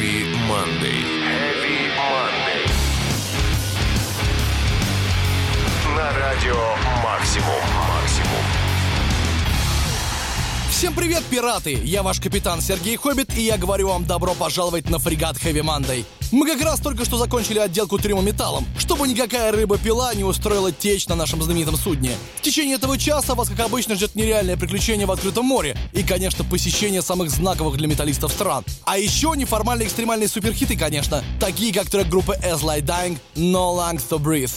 Heavy Monday. Heavy Monday. На радио Максимум. Всем привет, пираты! Я ваш капитан Сергей Хоббит, и я говорю вам добро пожаловать на фрегат Heavy Monday. Мы как раз только что закончили отделку трюма металлом, чтобы никакая рыба-пила не устроила течь на нашем знаменитом судне. В течение этого часа вас, как обычно, ждет нереальное приключение в открытом море и, конечно, посещение самых знаковых для металлистов стран. А еще неформальные экстремальные суперхиты, конечно, такие как трек группы As Lie Dying No Lungs to Breathe.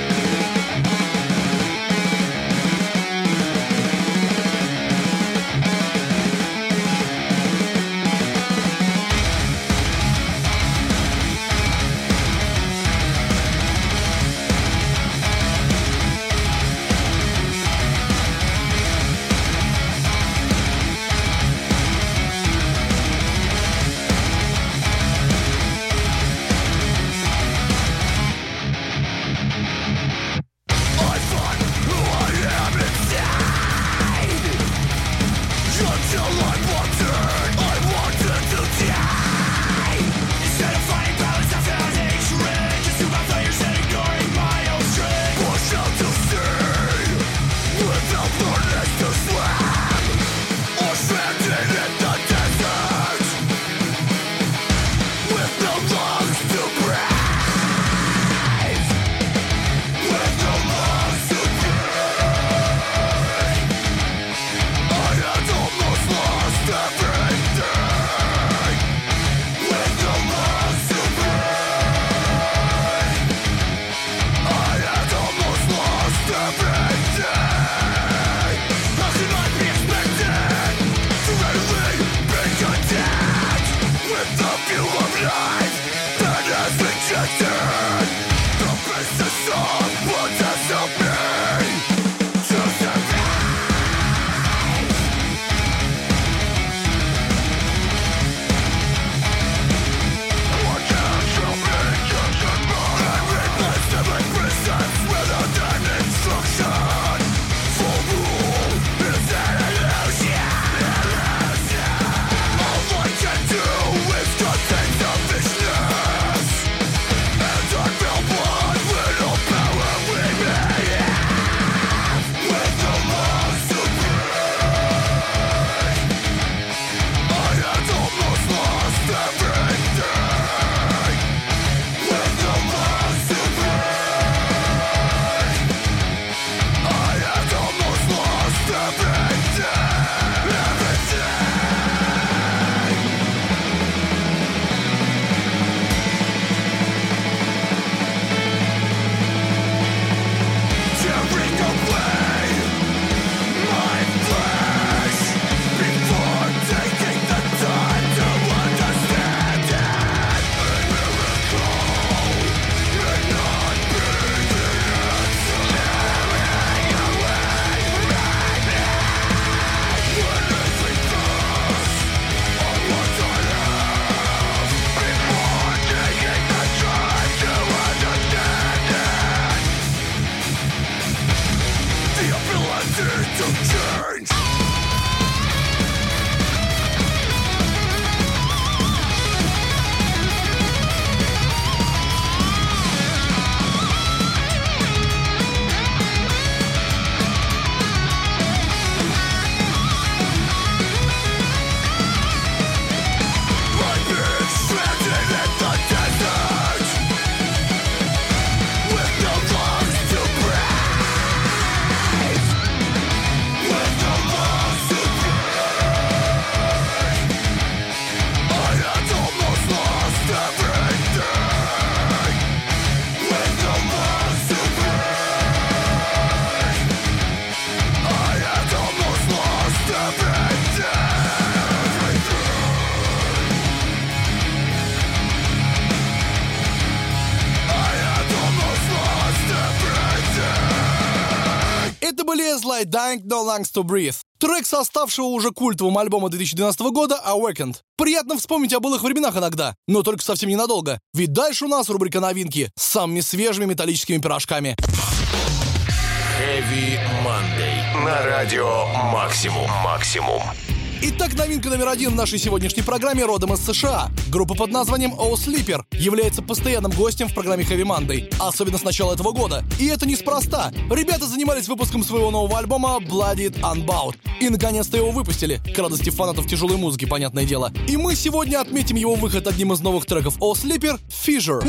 As Lie Dying No Lungs to Breathe. Трек со ставшего уже культовым альбома 2012 года Awakened. Приятно вспомнить о былых временах иногда, но только совсем ненадолго. Ведь дальше у нас рубрика новинки с самыми свежими металлическими пирожками. Heavy Monday. На радио Максимум. Итак, новинка номер 1 в нашей сегодняшней программе родом из США. Группа под названием Oh Sleeper является постоянным гостем в программе Heavy Monday, особенно с начала этого года. И это неспроста. Ребята занимались выпуском своего нового альбома Bloodied Unbound. И наконец-то его выпустили, к радости фанатов тяжелой музыки, понятное дело. И мы сегодня отметим его выход одним из новых треков Oh Sleeper — Fissure.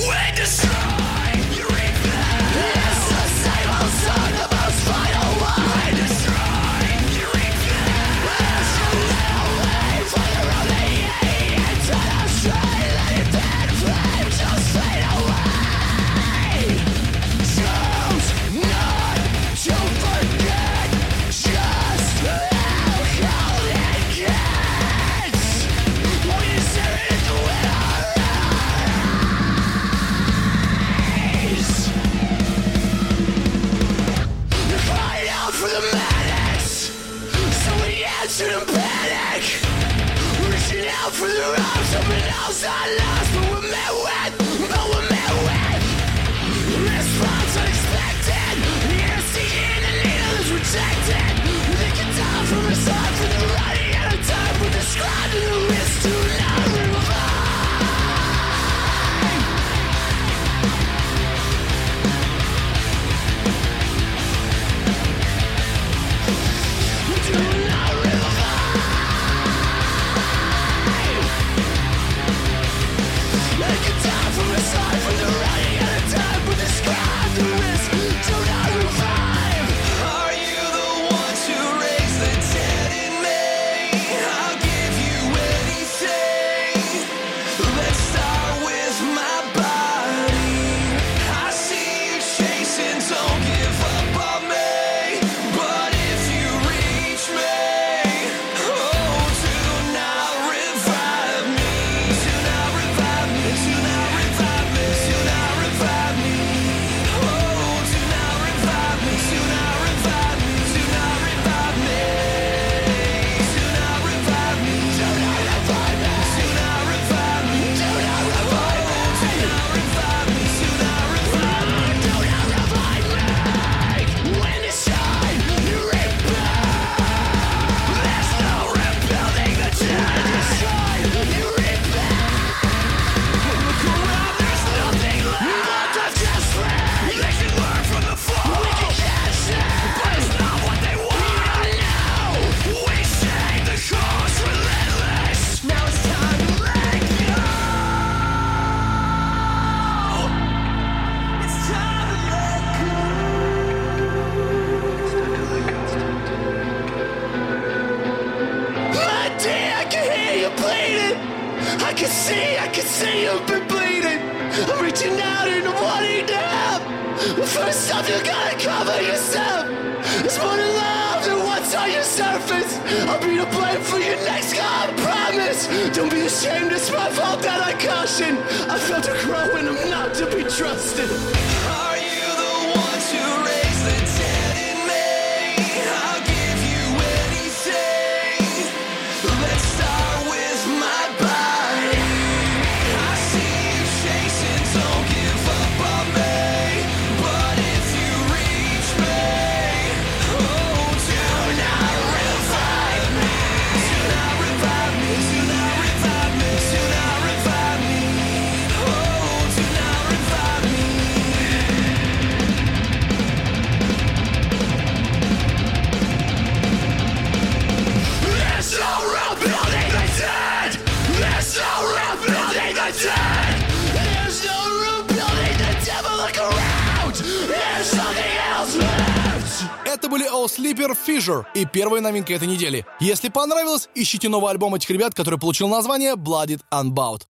Это были Oh Sleeper, Fissure и первая новинка этой недели. Если понравилось, ищите новый альбом этих ребят, который получил название Bloodied Unbound.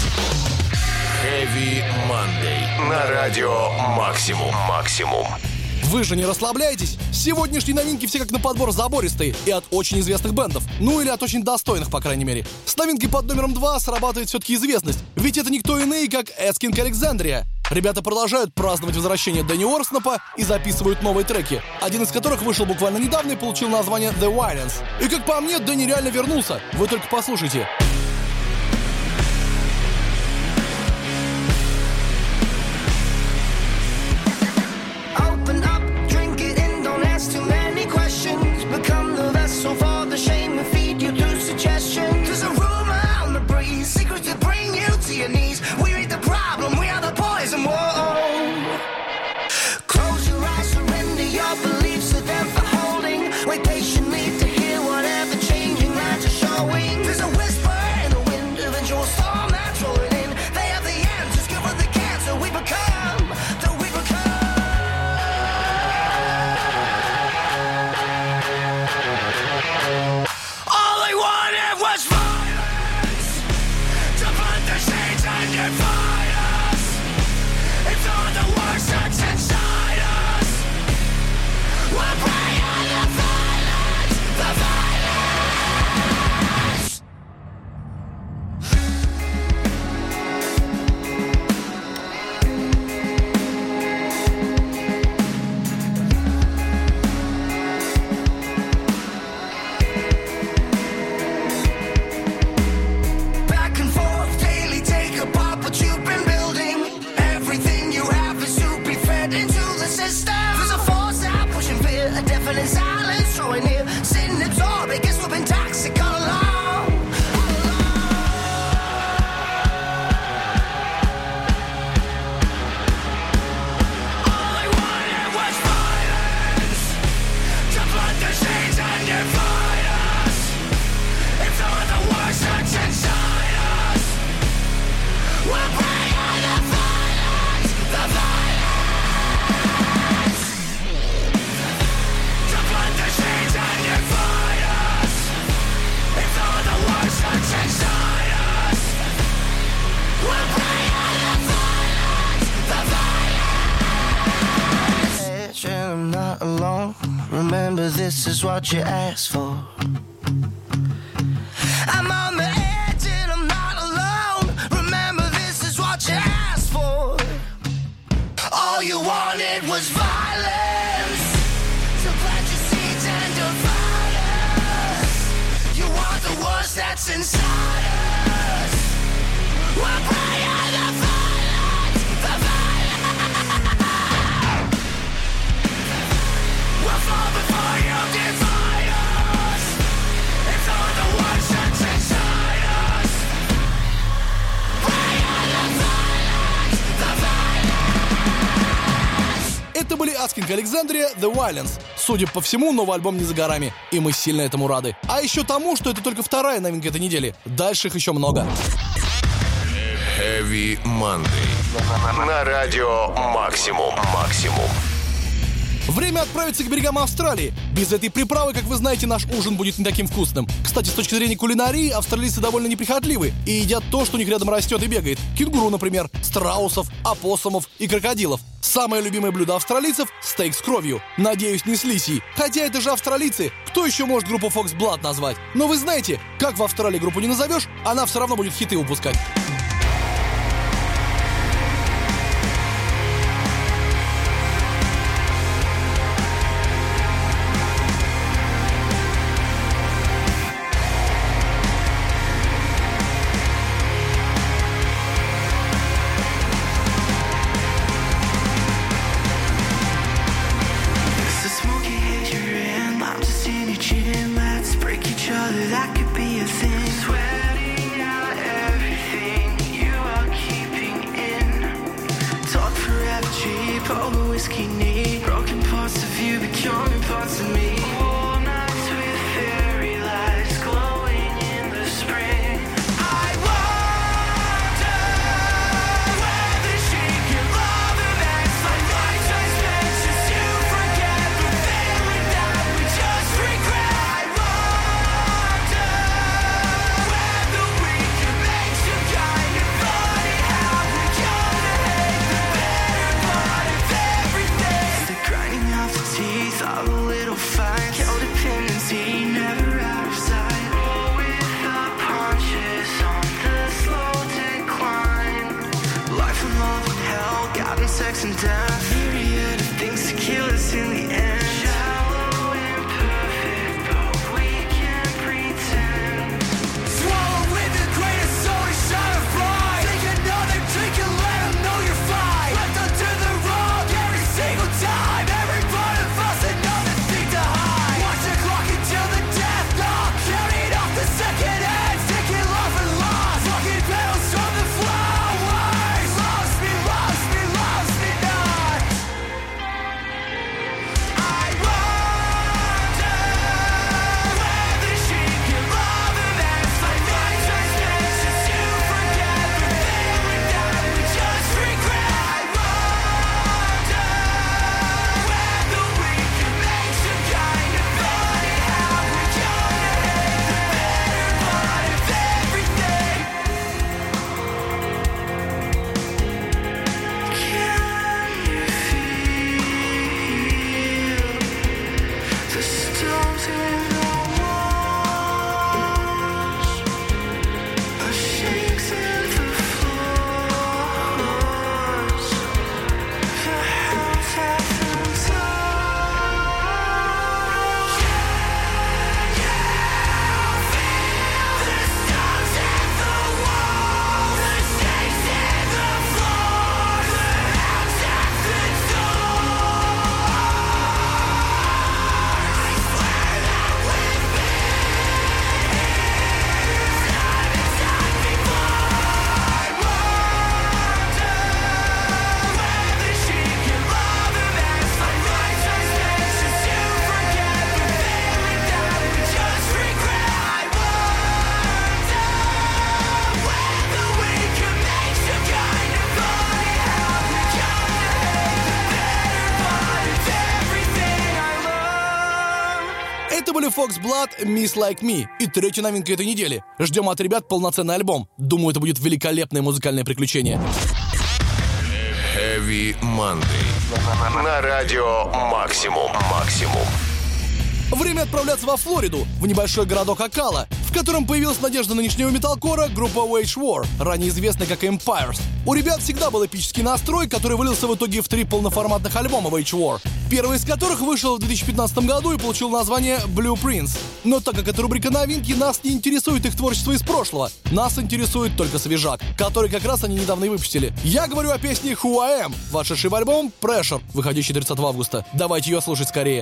Heavy Monday на радио Максимум. Вы же не расслабляйтесь? Сегодняшние новинки все как на подбор забористые и от очень известных бэндов. Ну или от очень достойных, по крайней мере. С новинкой под номером 2 срабатывает все-таки известность. Ведь это никто иные, как Asking Alexandria. Ребята продолжают праздновать возвращение Дэнни Уорснапа и записывают новые треки, один из которых вышел буквально недавно и получил название The Violence. И как по мне, Дэнни реально вернулся. Вы только послушайте. Too many questions become the vessel for the shame and feed you through Remember, this is what you asked for. I'm on the edge and I'm not alone. Remember, this is what you asked for. All you wanted was violence to plant your seeds and divide us. You want the worst that's inside us. We're praying the violence, the violence. We'll fall before you divide us. It's all the worst that's inside us. Praying the violence, the violence. Это были Asking Alexandria, The Violence. Судя по всему, новый альбом не за горами, и мы сильно этому рады. А еще тому, что это только вторая новинка этой недели. Дальше их еще много. Heavy Monday. На радио Максимум. Время отправиться к берегам Австралии. Без этой приправы, как вы знаете, наш ужин будет не таким вкусным. Кстати, с точки зрения кулинарии, австралийцы довольно неприхотливы и едят то, что у них рядом растет и бегает. Кенгуру, например, страусов, опоссумов и крокодилов. Самое любимое блюдо австралийцев – стейк с кровью. Надеюсь, не с лисьей. Хотя это же австралийцы. Кто еще может группу Fox Blood назвать? Но вы знаете, как в Австралии группу не назовешь, она все равно будет хиты выпускать. Jamie Foxx Blood «Miss Like Me» и третья новинка этой недели. Ждем от ребят полноценный альбом. Думаю, это будет великолепное музыкальное приключение. Heavy Monday. На радио Максимум. Время отправляться во Флориду, в небольшой городок Окала, в котором появилась надежда нынешнего металкора группа Wage War, ранее известная как Empires. У ребят всегда был эпический настрой, который вылился в итоге в 3 полноформатных альбома Wage War, первый из которых вышел в 2015 году и получил название Blueprints. Но так как это рубрика новинки, нас не интересует их творчество из прошлого, нас интересует только свежак, который как раз они недавно и выпустили. Я говорю о песне Who I Am, вошедшей в альбом Pressure, выходящий 30 августа. Давайте ее слушать скорее.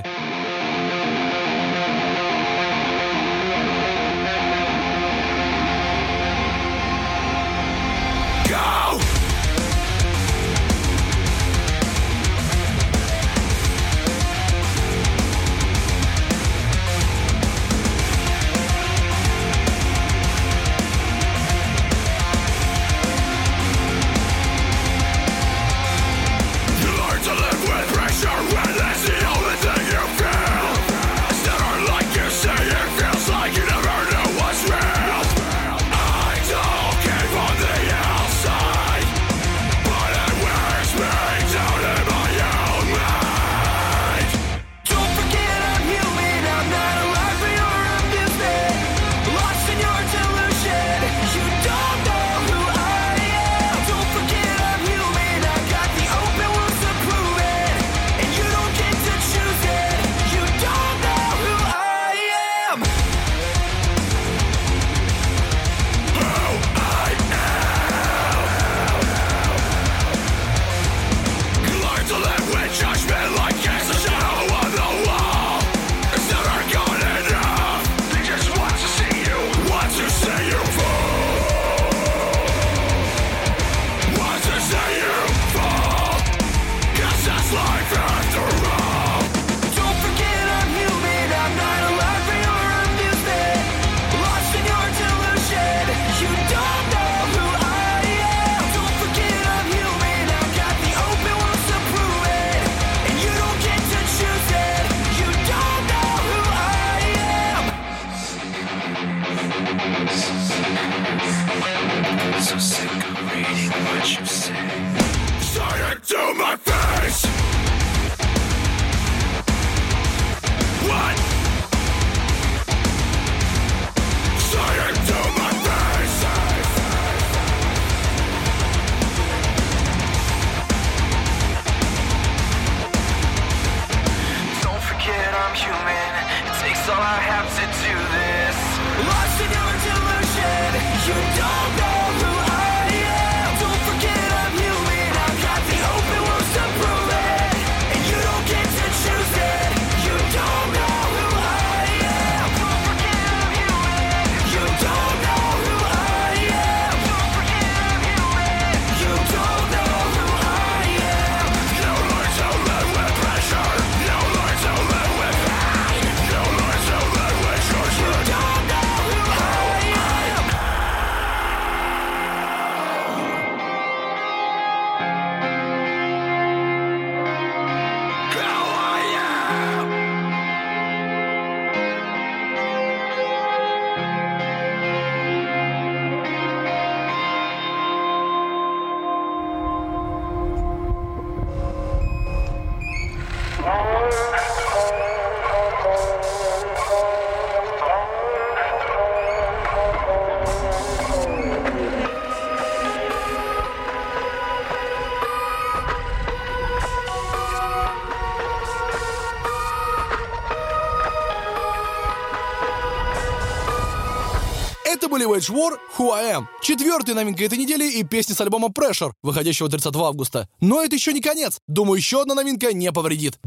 Это были Wage War, Who I Am, четвертая новинка этой недели и песня с альбома Pressure, выходящего 30 августа. Но это еще не конец. Думаю, еще одна новинка не повредит.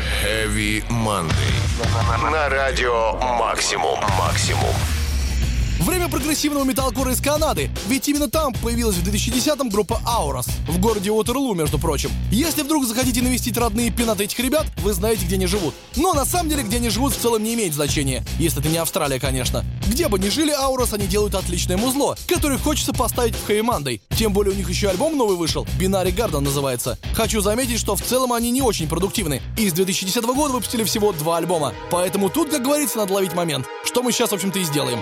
Heavy Monday. На радио Максимум. Время прогрессивного металкора из Канады, ведь именно там появилась в 2010-м группа Auras, в городе Уотерлу, между прочим. Если вдруг захотите навестить родные пенаты этих ребят, вы знаете, где они живут. Но на самом деле, где они живут, в целом не имеет значения, если это не Австралия, конечно. Где бы ни жили Auras, они делают отличное музло, которое хочется поставить в Heavy Monday. Тем более у них еще альбом новый вышел, Binary Garden называется. Хочу заметить, что в целом они не очень продуктивны, и с 2010 года выпустили всего 2 альбома. Поэтому тут, как говорится, надо ловить момент, что мы сейчас, в общем-то, и сделаем.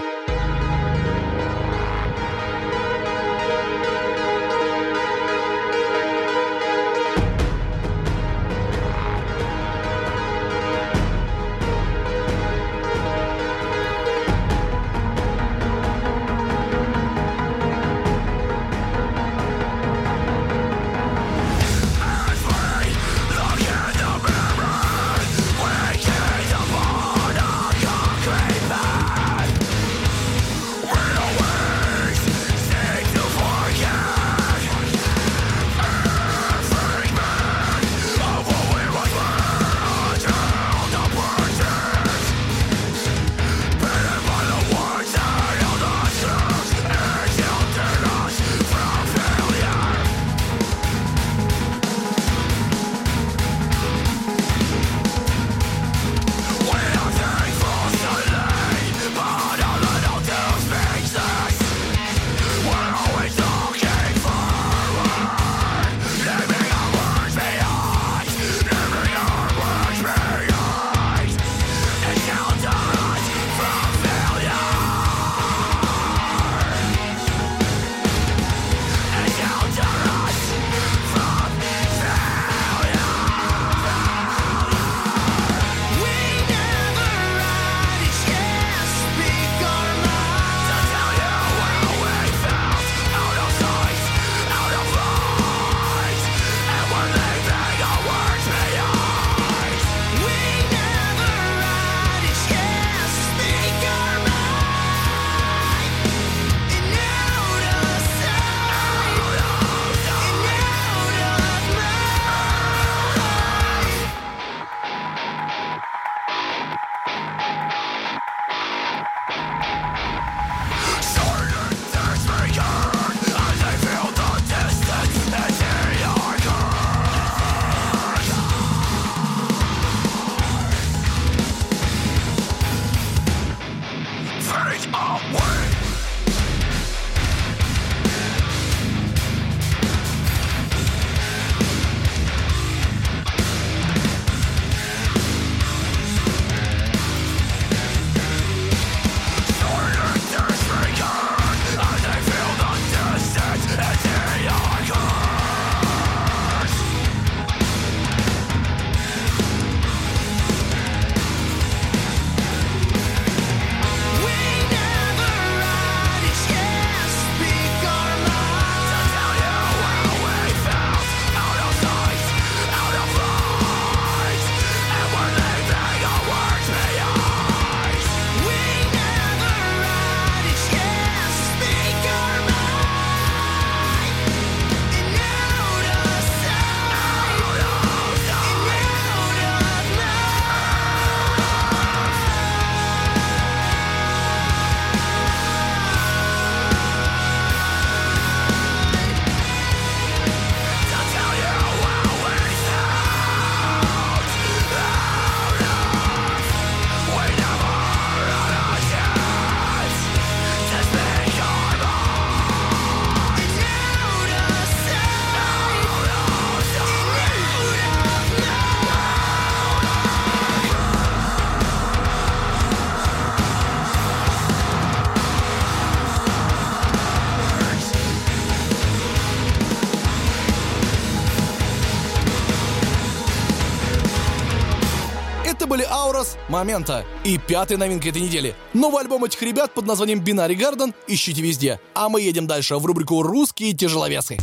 были Auras, Momenta и 5-я новинка этой недели. Новый альбом этих ребят под названием Binary Garden ищите везде. А мы едем дальше в рубрику «Русские тяжеловесы».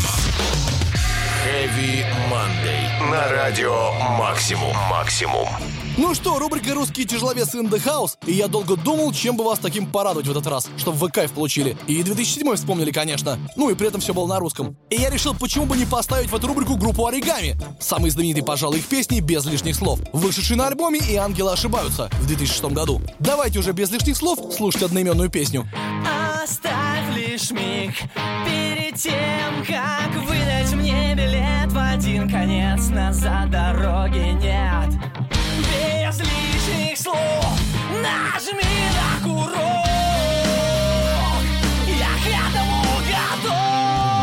Heavy Monday на радио Максимум. Ну что, рубрика «Русские тяжеловесы in the house», и я долго думал, чем бы вас таким порадовать в этот раз, чтобы вы кайф получили. И 2007 вспомнили, конечно. Ну и при этом все было на русском. И я решил, почему бы не поставить в эту рубрику группу Оригами. Самые знаменитые, пожалуй, их песни без лишних слов. Вышедшие на альбоме «И ангелы ошибаются» в 2006 году. Давайте уже без лишних слов слушать одноименную песню. лишь миг перед тем, как выдать мне билет в один конец. Назад дороги нет. Без лишних слов нажми на курок. Я к этому готов.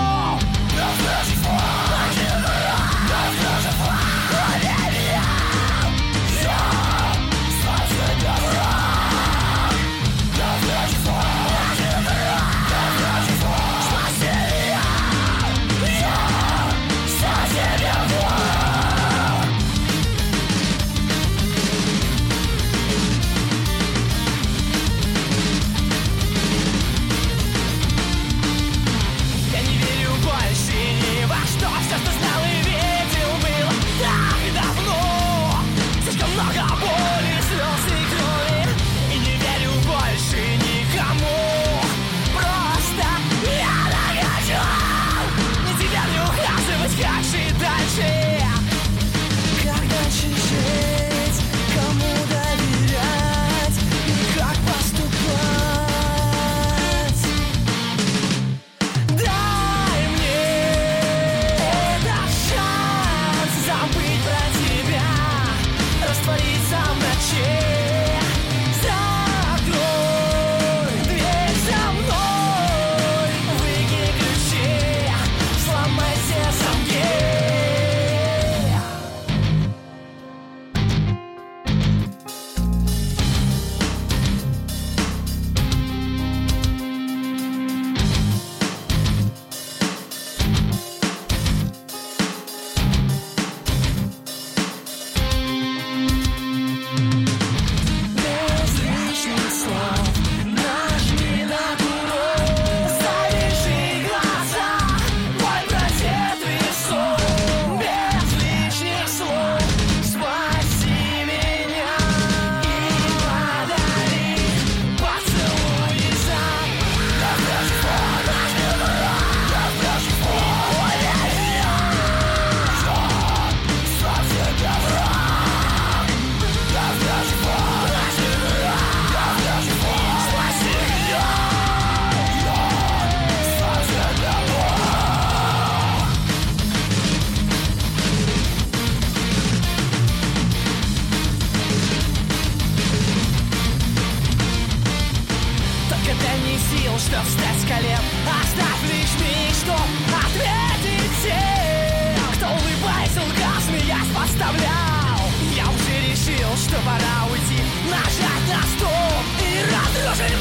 Чтоб встать с колен, оставь лишь миг, чтоб ответить тем, кто улыбается, лгал, смеясь, подставлял. Я уже решил, что пора уйти, нажать на стоп и разрушить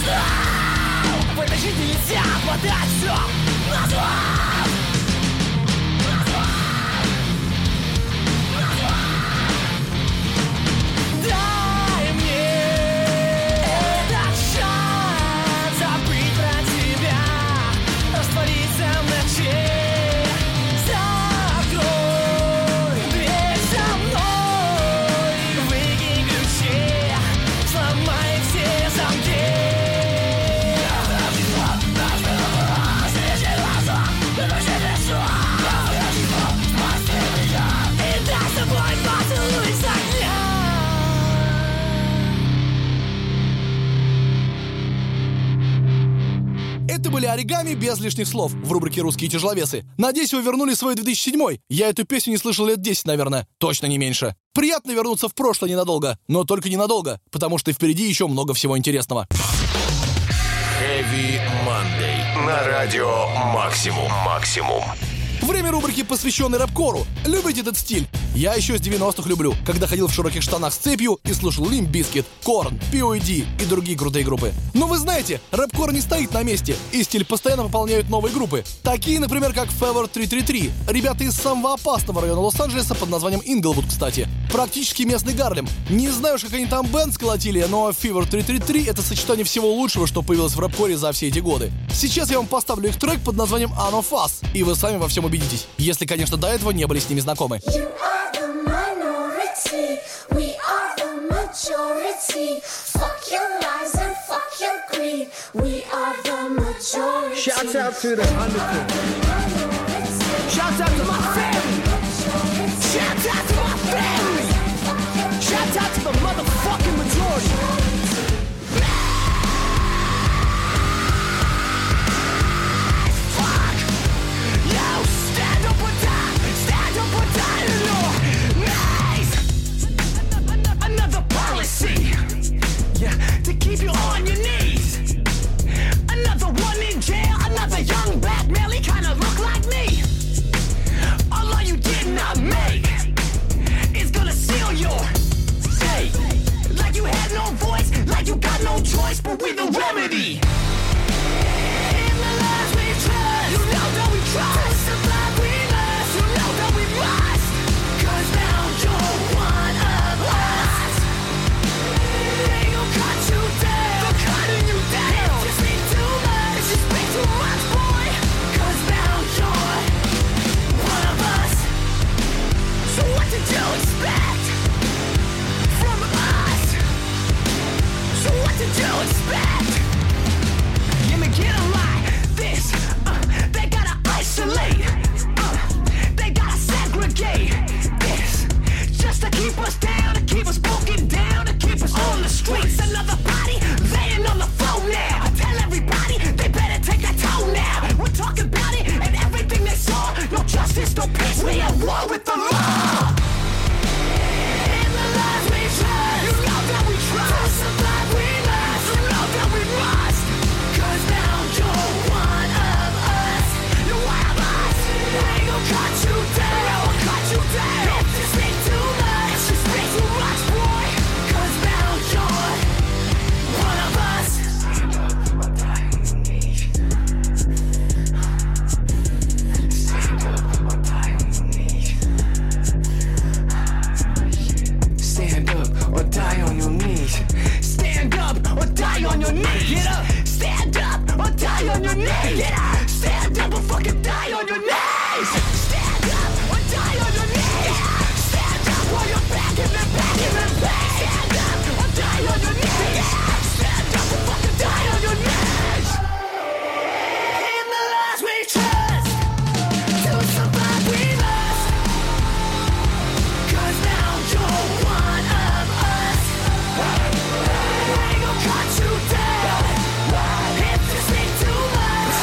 воздух. В этой жизни нельзя отмотать все назад. Дай мне этот шанс забыть про тебя, раствориться в ночи. Закрой дверь за мной, выкинь ключи, сломай все замки. И дай с тобой поцелуй с огня. Это были «Оригами» без лишних слов в рубрике «Русские тяжеловесы». Надеюсь, вы вернули свой 2007. Я эту песню не слышал лет 10, наверное. Точно не меньше. Приятно вернуться в прошлое ненадолго. Но только ненадолго, потому что впереди еще много всего интересного. Heavy Monday. На радио Максимум. Время рубрики, посвященной рэп-кору. Любите этот стиль? Я еще с 90-х люблю, когда ходил в широких штанах с цепью и слушал Limp Bizkit, Korn, P.O.D. и другие крутые группы. Но вы знаете, рэп-кор не стоит на месте, и стиль постоянно пополняют новые группы. Такие, например, как Fever 333. Ребята из самого опасного района Лос-Анджелеса под названием Инглвуд, кстати. Практически местный Гарлем. Не знаю уж, как они там бэнд сколотили, но Fever 333 — это сочетание всего лучшего, что появилось в рэп-коре за все эти годы. Сейчас я вам поставлю их трек под названием Ano Fuzz, и вы сами во всем убедитесь. Если, конечно, до этого не были с ними знакомы. We are the majority. Fuck your lies and fuck your greed. We are the majority. Shout out to the Undertones. Shout out to my family. Shout out to my family. Shout out to the motherfucking majority. you on your knees. Another one in jail, another young black male, he kinda look like me. Although you did not make is gonna seal your fate. Like you had no voice, like you got no choice, but we the remedy. In the lies we trust, you know that we trust. To survive we must, you know that we must. 'Cause now you're one of us. They gon' cut you down, they're cutting you down. If you speak too much, if you speak too much, boy. 'Cause now you're one of us. So what did you expect from us? So what did you expect? Let me get a lie. This, they gotta isolate. They gotta segregate. This, just to keep us down, to keep us broken down, to keep us on the streets. Another body laying on the floor now. I tell everybody they better take that tone now. We're talking about it and everything they saw. No justice, no peace. We at war with the law. In the lies we trust, you know that we trust. To survive we must, you know that we must. 'Cause now you're one of us. You're one of us. They gon' cut you down, they gon' cut you down. If you speak too much, if you speak too much, boy. 'Cause now you're one of us. Stand up or die on your knees. Stand up or die on your knees. Get up. Stand up or die on your knees. Get up. Stand up or fucking die on your knees. Stand up or die on your knees. Stand up while you're back in the back in the back. Stand up or die on your knees. Stand up or fucking die on your knees. In the lies we trust, to survive we must. 'Cause now you're one of us. They gon' cut you down if you speak too much.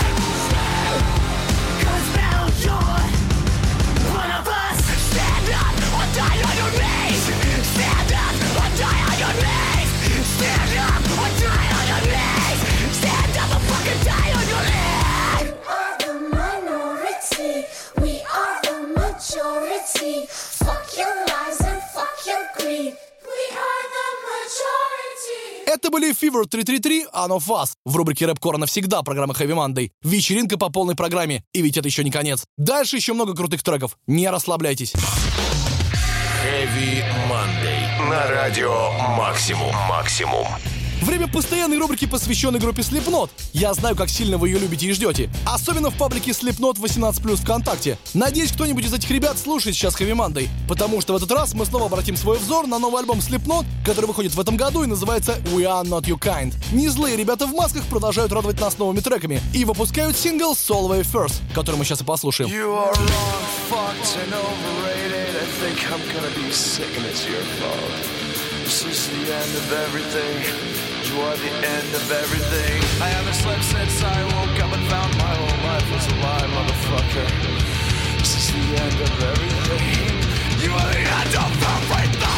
'Cause now you're one of us. Stand up or die on your knees. Stand up or die on your knees. Stand up or die on your knees. Stand up or fucking die on your knees. You are the minority, we are the majority. Fuck your lies and fuck your greed. We are the majority. Это были Fever 333, One of Us. В рубрике «Рэп-кор» навсегда программа Heavy Monday. Вечеринка по полной программе. И ведь это еще не конец. Дальше еще много крутых треков. Не расслабляйтесь. Heavy Monday. На радио Максимум. Максимум. Время постоянной рубрики, посвященной группе Slipknot. Я знаю, как сильно вы ее любите и ждете. Особенно в паблике Slipknot 18+, ВКонтакте. Надеюсь, кто-нибудь из этих ребят слушает сейчас Heavy Monday, потому что в этот раз мы снова обратим свой взор на новый альбом Slipknot, который выходит в этом году и называется We Are Not Your Kind. Незлые ребята в масках продолжают радовать нас новыми треками и выпускают сингл Soul Way First, который мы сейчас и послушаем. You are wrong, fucked and overrated. I think I'm gonna be sick and it's your fault. This is the end of everything. You are the end of everything. I haven't slept since I woke up and found my whole life was a lie, motherfucker. This is the end of everything. You are the end of everything.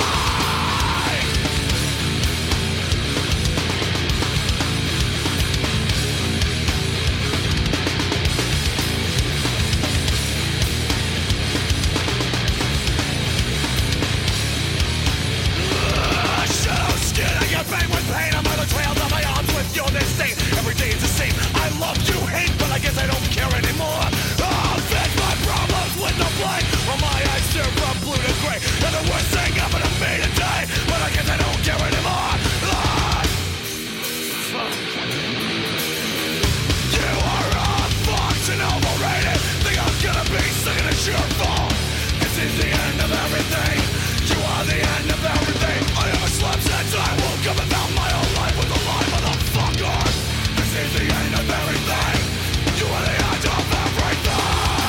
Every day is the same. I love you, hate, but I guess I don't care anymore. I'll fix my problems with the blame. While my eyes turn from blue to gray. And the worst thing happened to me today, but I guess I don't care anymore. You are all fucked and overrated. Think I'm gonna be sick and it's your fault. This is the end of everything. You are the end of everything. I haven't slept since I woke up and found my whole life was a lie, motherfucker. This is the end of everything. You are the end of everything.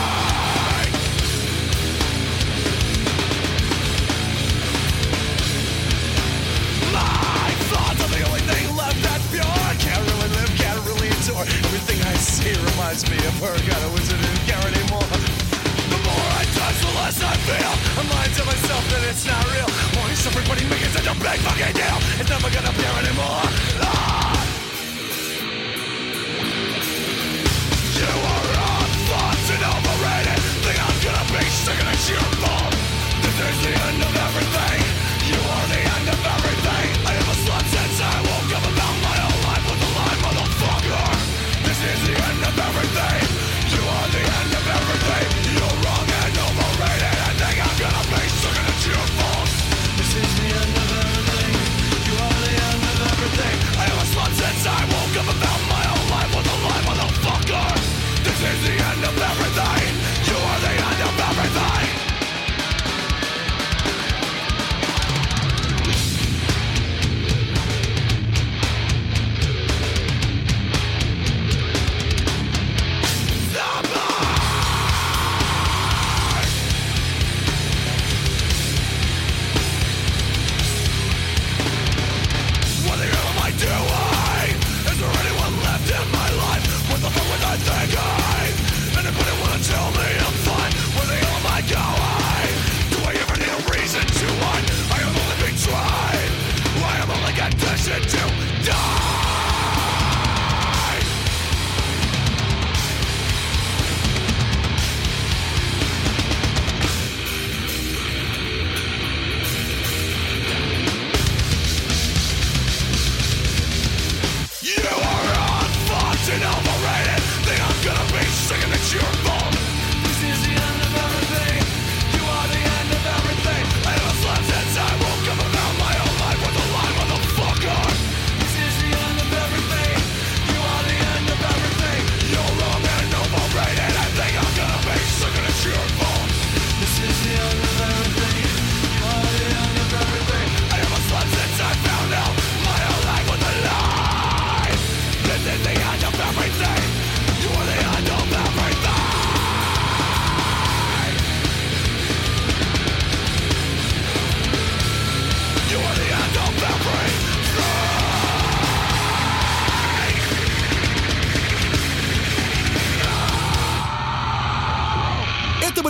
My thoughts are the only thing left that's pure. I can't really live, can't really endure. Everything I see reminds me of her. Got a wizard and care anymore. The more I touch, the less I feel. I'm lying to myself that it's not real. Why is everybody making such a big fucking deal? It's never gonna appear anymore.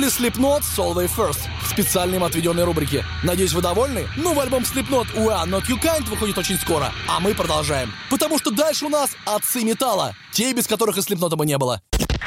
были Slipknot Soul Way First в специальной им отведенной рубрике. Надеюсь, вы довольны? Новый альбом Slipknot We Are Not You Kind выходит очень скоро, а мы продолжаем. Потому что дальше у нас отцы металла, те, без которых и Slipknot бы не было.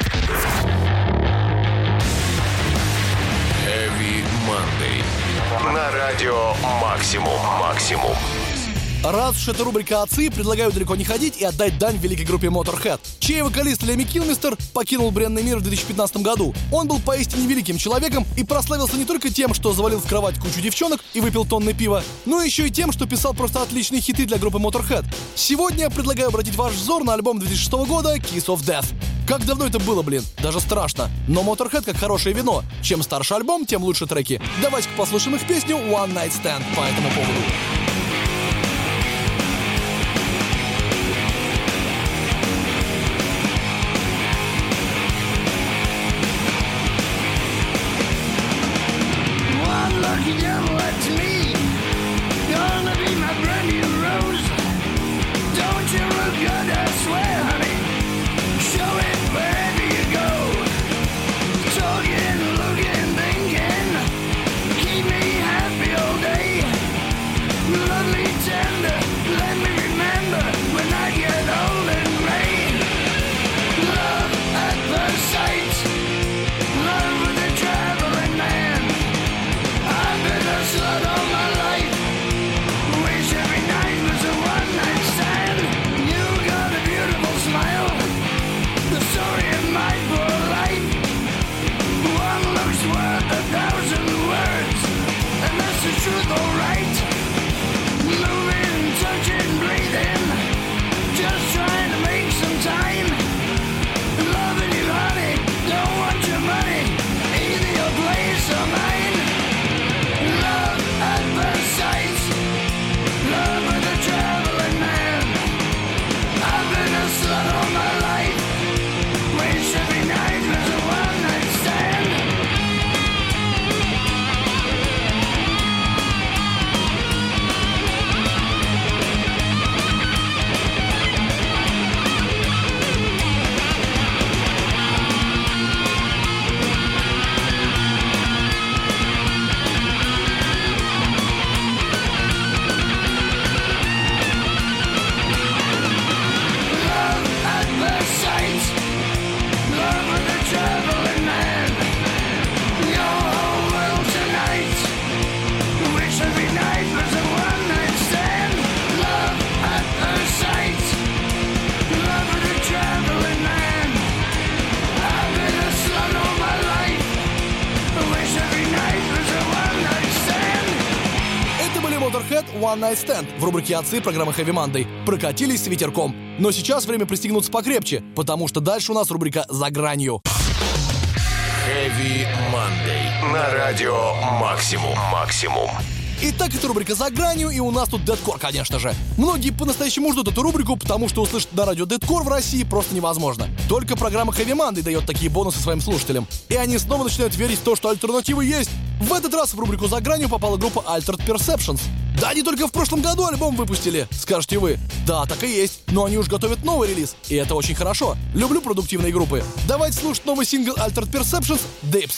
Heavy Monday. На радио Максимум. Раз уж это рубрика «Отцы», предлагаю далеко не ходить и отдать дань великой группе Motorhead, чей вокалист Лемми Килмистер покинул бренный мир в 2015 году. Он был поистине великим человеком и прославился не только тем, что завалил в кровать кучу девчонок и выпил тонны пива, но еще и тем, что писал просто отличные хиты для группы Motorhead. Сегодня я предлагаю обратить ваш взор на альбом 2006 года «Kiss of Death». Как давно это было, блин, даже страшно. Но Motorhead как хорошее вино. Чем старше альбом, тем лучше треки. Давайте-ка послушаем их песню «One Night Stand» по этому поводу. One Night Stand в рубрике «Отцы» программы Heavy Monday прокатились с ветерком. Но сейчас время пристегнуться покрепче, потому что дальше у нас рубрика «За гранью». Heavy Monday. На радио Максимум. Итак, это рубрика «За гранью», и у нас тут дэткор, конечно же. Многие по-настоящему ждут эту рубрику, потому что услышать на радио дэткор в России просто невозможно. Только программа Heavy Monday дает такие бонусы своим слушателям. И они снова начинают верить в то, что альтернативы есть. В этот раз в рубрику «За гранью» попала группа Altered Perceptions. Да, они только в прошлом году альбом выпустили, скажете вы. Да, так и есть, но они уж готовят новый релиз, и это очень хорошо. Люблю продуктивные группы. Давайте слушать новый сингл Altered Perceptions «Dips».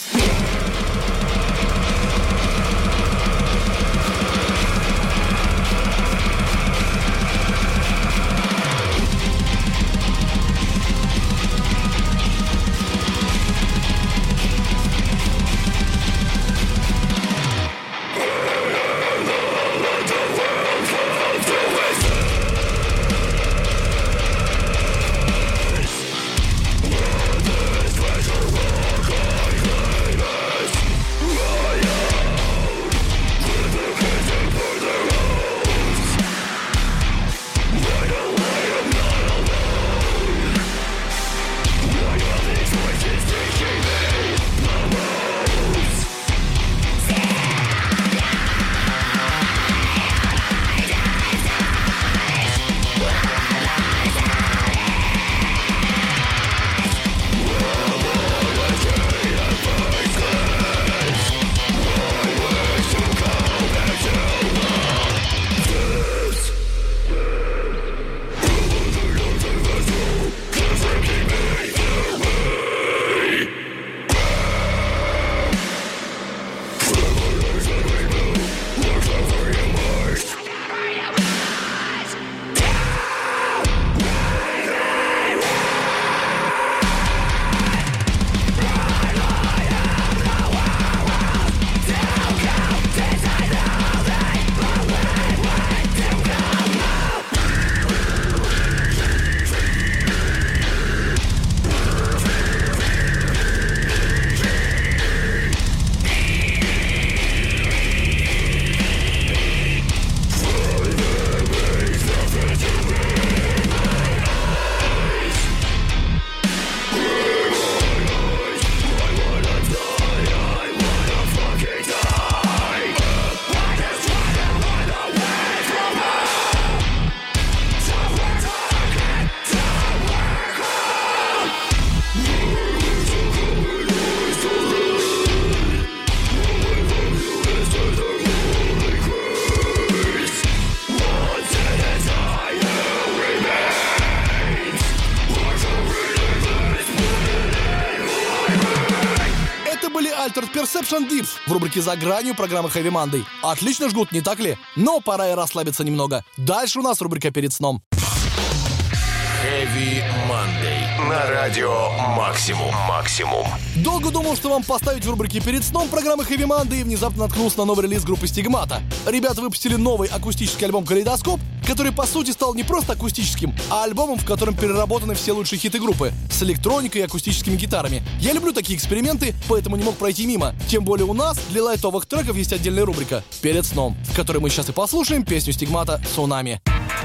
Altered Perception Dips в рубрике «За гранью» программы Heavy Monday. Отлично жгут, не так ли? Но пора и расслабиться немного. Дальше у нас рубрика «Перед сном». Heavy Monday на радио Максимум. Долго думал, что вам поставить в рубрике «Перед сном» программы Heavy Monday, и внезапно наткнулся на новый релиз группы Стигмата. Ребята выпустили новый акустический альбом «Калейдоскоп», который по сути стал не просто акустическим, а альбомом, в котором переработаны все лучшие хиты группы с электроникой и акустическими гитарами. Я люблю такие эксперименты, поэтому не мог пройти мимо. Тем более у нас для лайтовых треков есть отдельная рубрика «Перед сном», в которой мы сейчас и послушаем песню Стигмата «Цунами».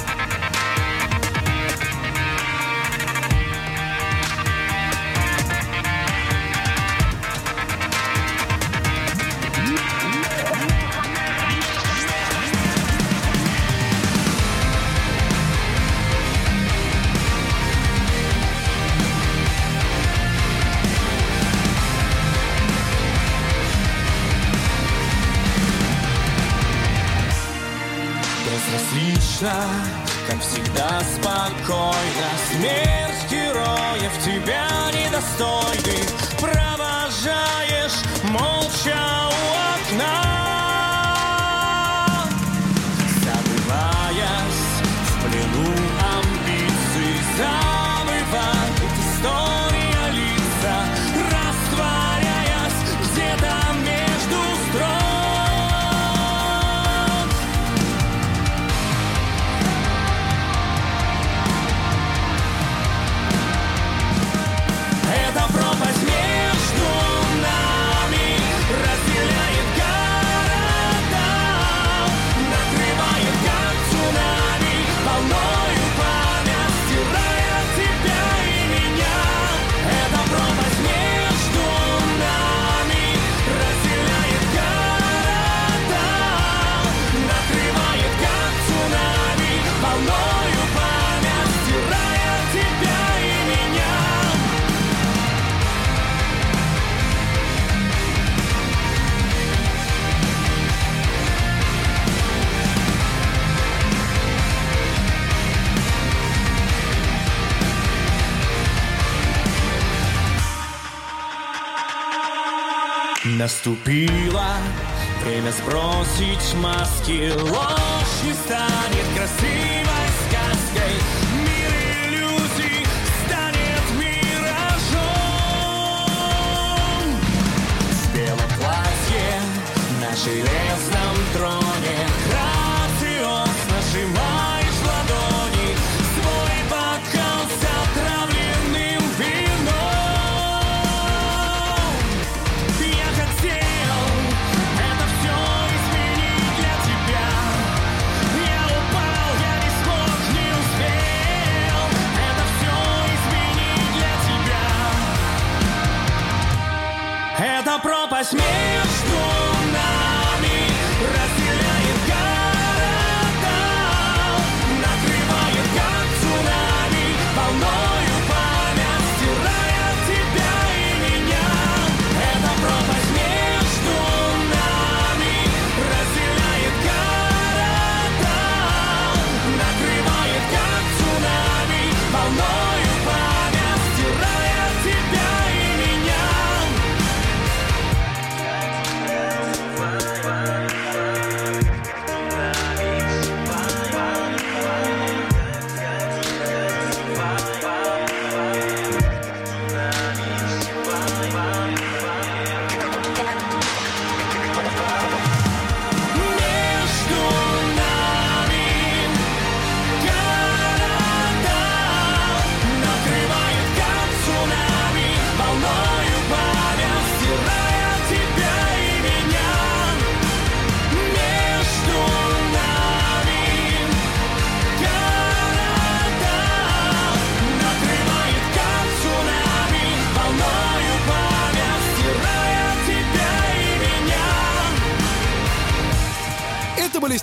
Безразлично, как всегда спокойно. Смерть героев тебя недостойных провожаешь молча у окна, забываясь в плену амбиций, забывает история лица, растворяясь где-то между строк. Пропасть между нами разделяет города, накрывает как цунами, волною память, стирая тебя и меня. Эта пропасть между нами разделяет города, накрывает как цунами, волною память, стирая тебя и меня. Наступило время сбросить маски, ложь не станет красивой сказкой, мир иллюзий станет миражом. В белом платье на железном троне грациозно сжимаешь ладони, свой бокал с отравленным вином. Это все изменить для тебя. Я упал, я не смог, не успел. Это все изменить для тебя. Это пропасть между нами разделяет города, накрывает как цунами, волною память, стирая тебя и меня. Это пропасть между нами разделяет города, накрывает как цунами, волною память, стирая тебя и меня.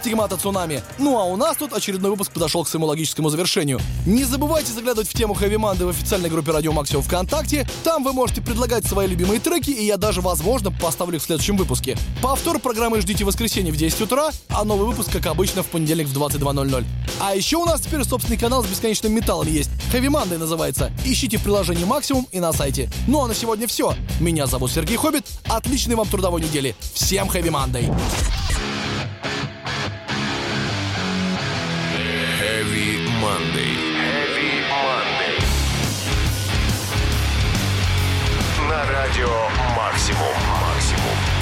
Стигмата Цунами. Ну а у нас тут очередной выпуск подошел к своему логическому завершению. Не забывайте заглядывать в тему Heavy Monday в официальной группе Радио Максимум ВКонтакте. Там вы можете предлагать свои любимые треки, и я даже, возможно, поставлю их в следующем выпуске. Повтор программы ждите в воскресенье в 10 утра, а новый выпуск, как обычно, в понедельник в 22:00. А еще у нас теперь собственный канал с бесконечным металлом есть. Heavy Monday называется. Ищите в приложении Максимум и на сайте. Ну а на сегодня все. Меня зовут Сергей Хоббит. Отличной вам трудовой недели. Всем Heavy Monday. Heavy Monday. Heavy Monday. На радио Максимум.